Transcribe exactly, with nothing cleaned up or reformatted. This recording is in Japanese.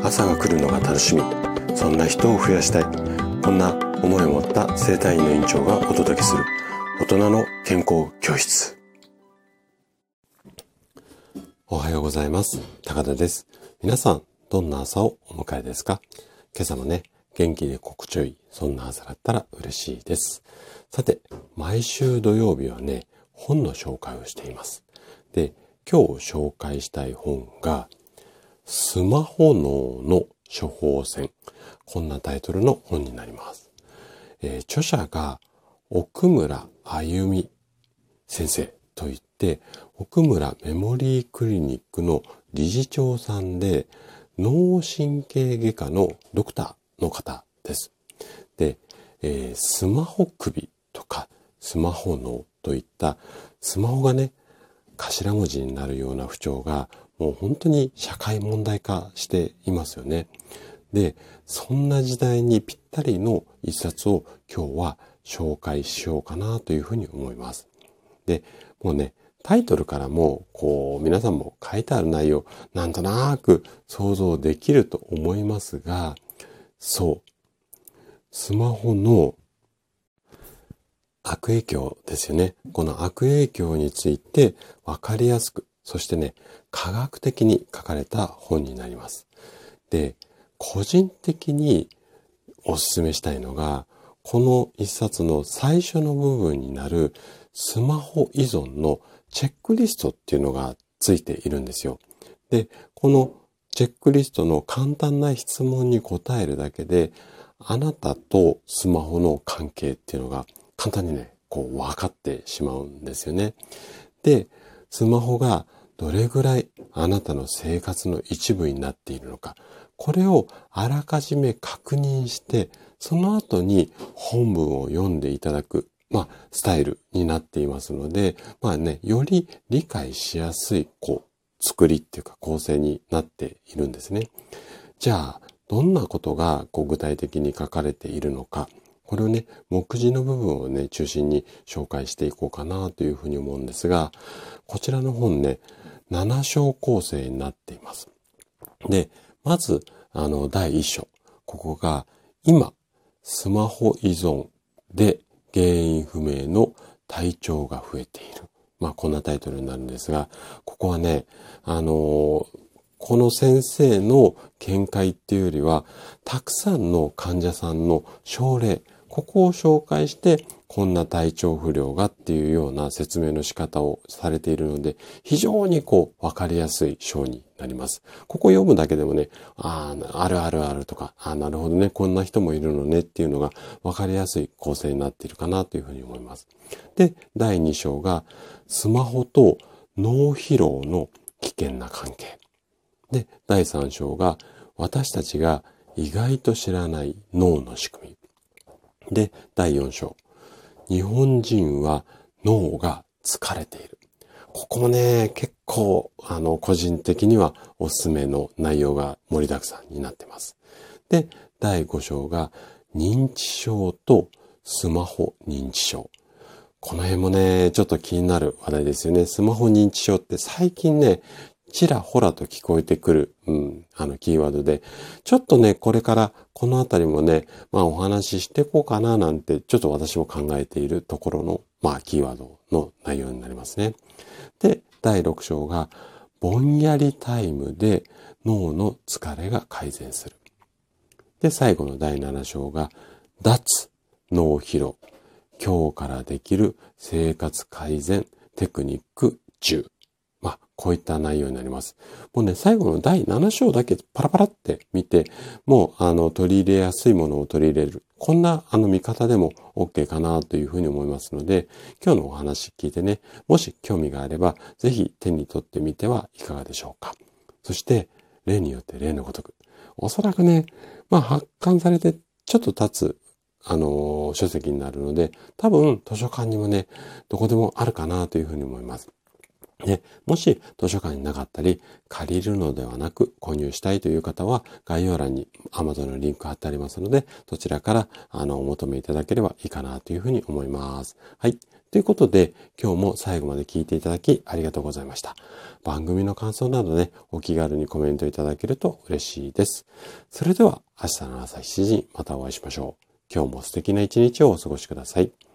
朝が来るのが楽しみ、そんな人を増やしたい、こんな思いを持った整体院の院長がお届けする大人の健康教室。おはようございます。高田です。皆さんどんな朝をお迎えですか？今朝もね、元気で心地よい、そんな朝だったら嬉しいです。さて、毎週土曜日はね、本の紹介をしています。で、今日紹介したい本がスマホ脳の処方箋、こんなタイトルの本になります。えー、著者が奥村あゆみ先生といって、奥村メモリークリニックの理事長さんで、脳神経外科のドクターの方です。で、えー、スマホ首とかスマホ脳といったスマホがね、頭文字になるような不調がもう本当に社会問題化していますよね。で、そんな時代にぴったりの一冊を今日は紹介しようかなというふうに思います。で、もうね、タイトルからもこう皆さんも書いてある内容なんとなく想像できると思いますが、そう、スマホの悪影響ですよね。この悪影響についてわかりやすく、そしてね、科学的に書かれた本になります。で、個人的にお勧めしたいのが、この一冊の最初の部分になるスマホ依存のチェックリストっていうのがついているんですよ。で、このチェックリストの簡単な質問に答えるだけで、あなたとスマホの関係っていうのが簡単にね、こう分かってしまうんですよね。で、スマホがどれぐらいあなたの生活の一部になっているのか、これをあらかじめ確認して、その後に本文を読んでいただく、まあ、スタイルになっていますので、まあね、より理解しやすい、こう、作りっていうか構成になっているんですね。じゃあ、どんなことがこう具体的に書かれているのか、これをね、目次の部分をね、中心に紹介していこうかなというふうに思うんですが、こちらの本ね、なな章構成になっています。で、まず、あの、だいいっ章。ここが、今、スマホ依存で原因不明の体調が増えている。まあ、こんなタイトルになるんですが、ここはね、あの、この先生の見解っていうよりは、たくさんの患者さんの症例、ここを紹介して、こんな体調不良がっていうような説明の仕方をされているので、非常にこう、わかりやすい章になります。ここ読むだけでもね、ああ、あるあるあるとか、ああ、なるほどね、こんな人もいるのねっていうのがわかりやすい構成になっているかなというふうに思います。で、だいに章が、スマホと脳疲労の危険な関係。で、だいさん章が、私たちが意外と知らない脳の仕組み。で、だいよん章。日本人は脳が疲れている。ここもね、結構、あの、個人的にはおすすめの内容が盛りだくさんになってます。で、だいご章が認知症とスマホ認知症。この辺もね、ちょっと気になる話題ですよね。スマホ認知症って最近ね、ちらほらと聞こえてくる、うん、あのキーワードで、ちょっとね、これからこのあたりもね、まあお話ししていこうかななんて、ちょっと私も考えているところの、まあキーワードの内容になりますね。で、だいろく章が、ぼんやりタイムで脳の疲れが改善する。で、最後のだいなな章が、脱脳疲労。今日からできる生活改善テクニックじゅう。まあ、こういった内容になります。もうね、最後のだいなな章だけパラパラって見て、もう、あの、取り入れやすいものを取り入れる。こんな、あの、見方でも OK かなというふうに思いますので、今日のお話聞いてね、もし興味があれば、ぜひ手に取ってみてはいかがでしょうか。そして、例によって例のごとく。おそらくね、まあ、発刊されてちょっと経つ、あの、書籍になるので、多分、図書館にもね、どこでもあるかなというふうに思います。ね、もし図書館になかったり借りるのではなく購入したいという方は概要欄に Amazon のリンク貼ってありますので、そちらからあのお求めいただければいいかなというふうに思います。はい。 ということで、今日も最後まで聞いていただきありがとうございました。番組の感想などね、お気軽にコメントいただけると嬉しいです。それでは明日の朝しちじにまたお会いしましょう。今日も素敵な一日をお過ごしください。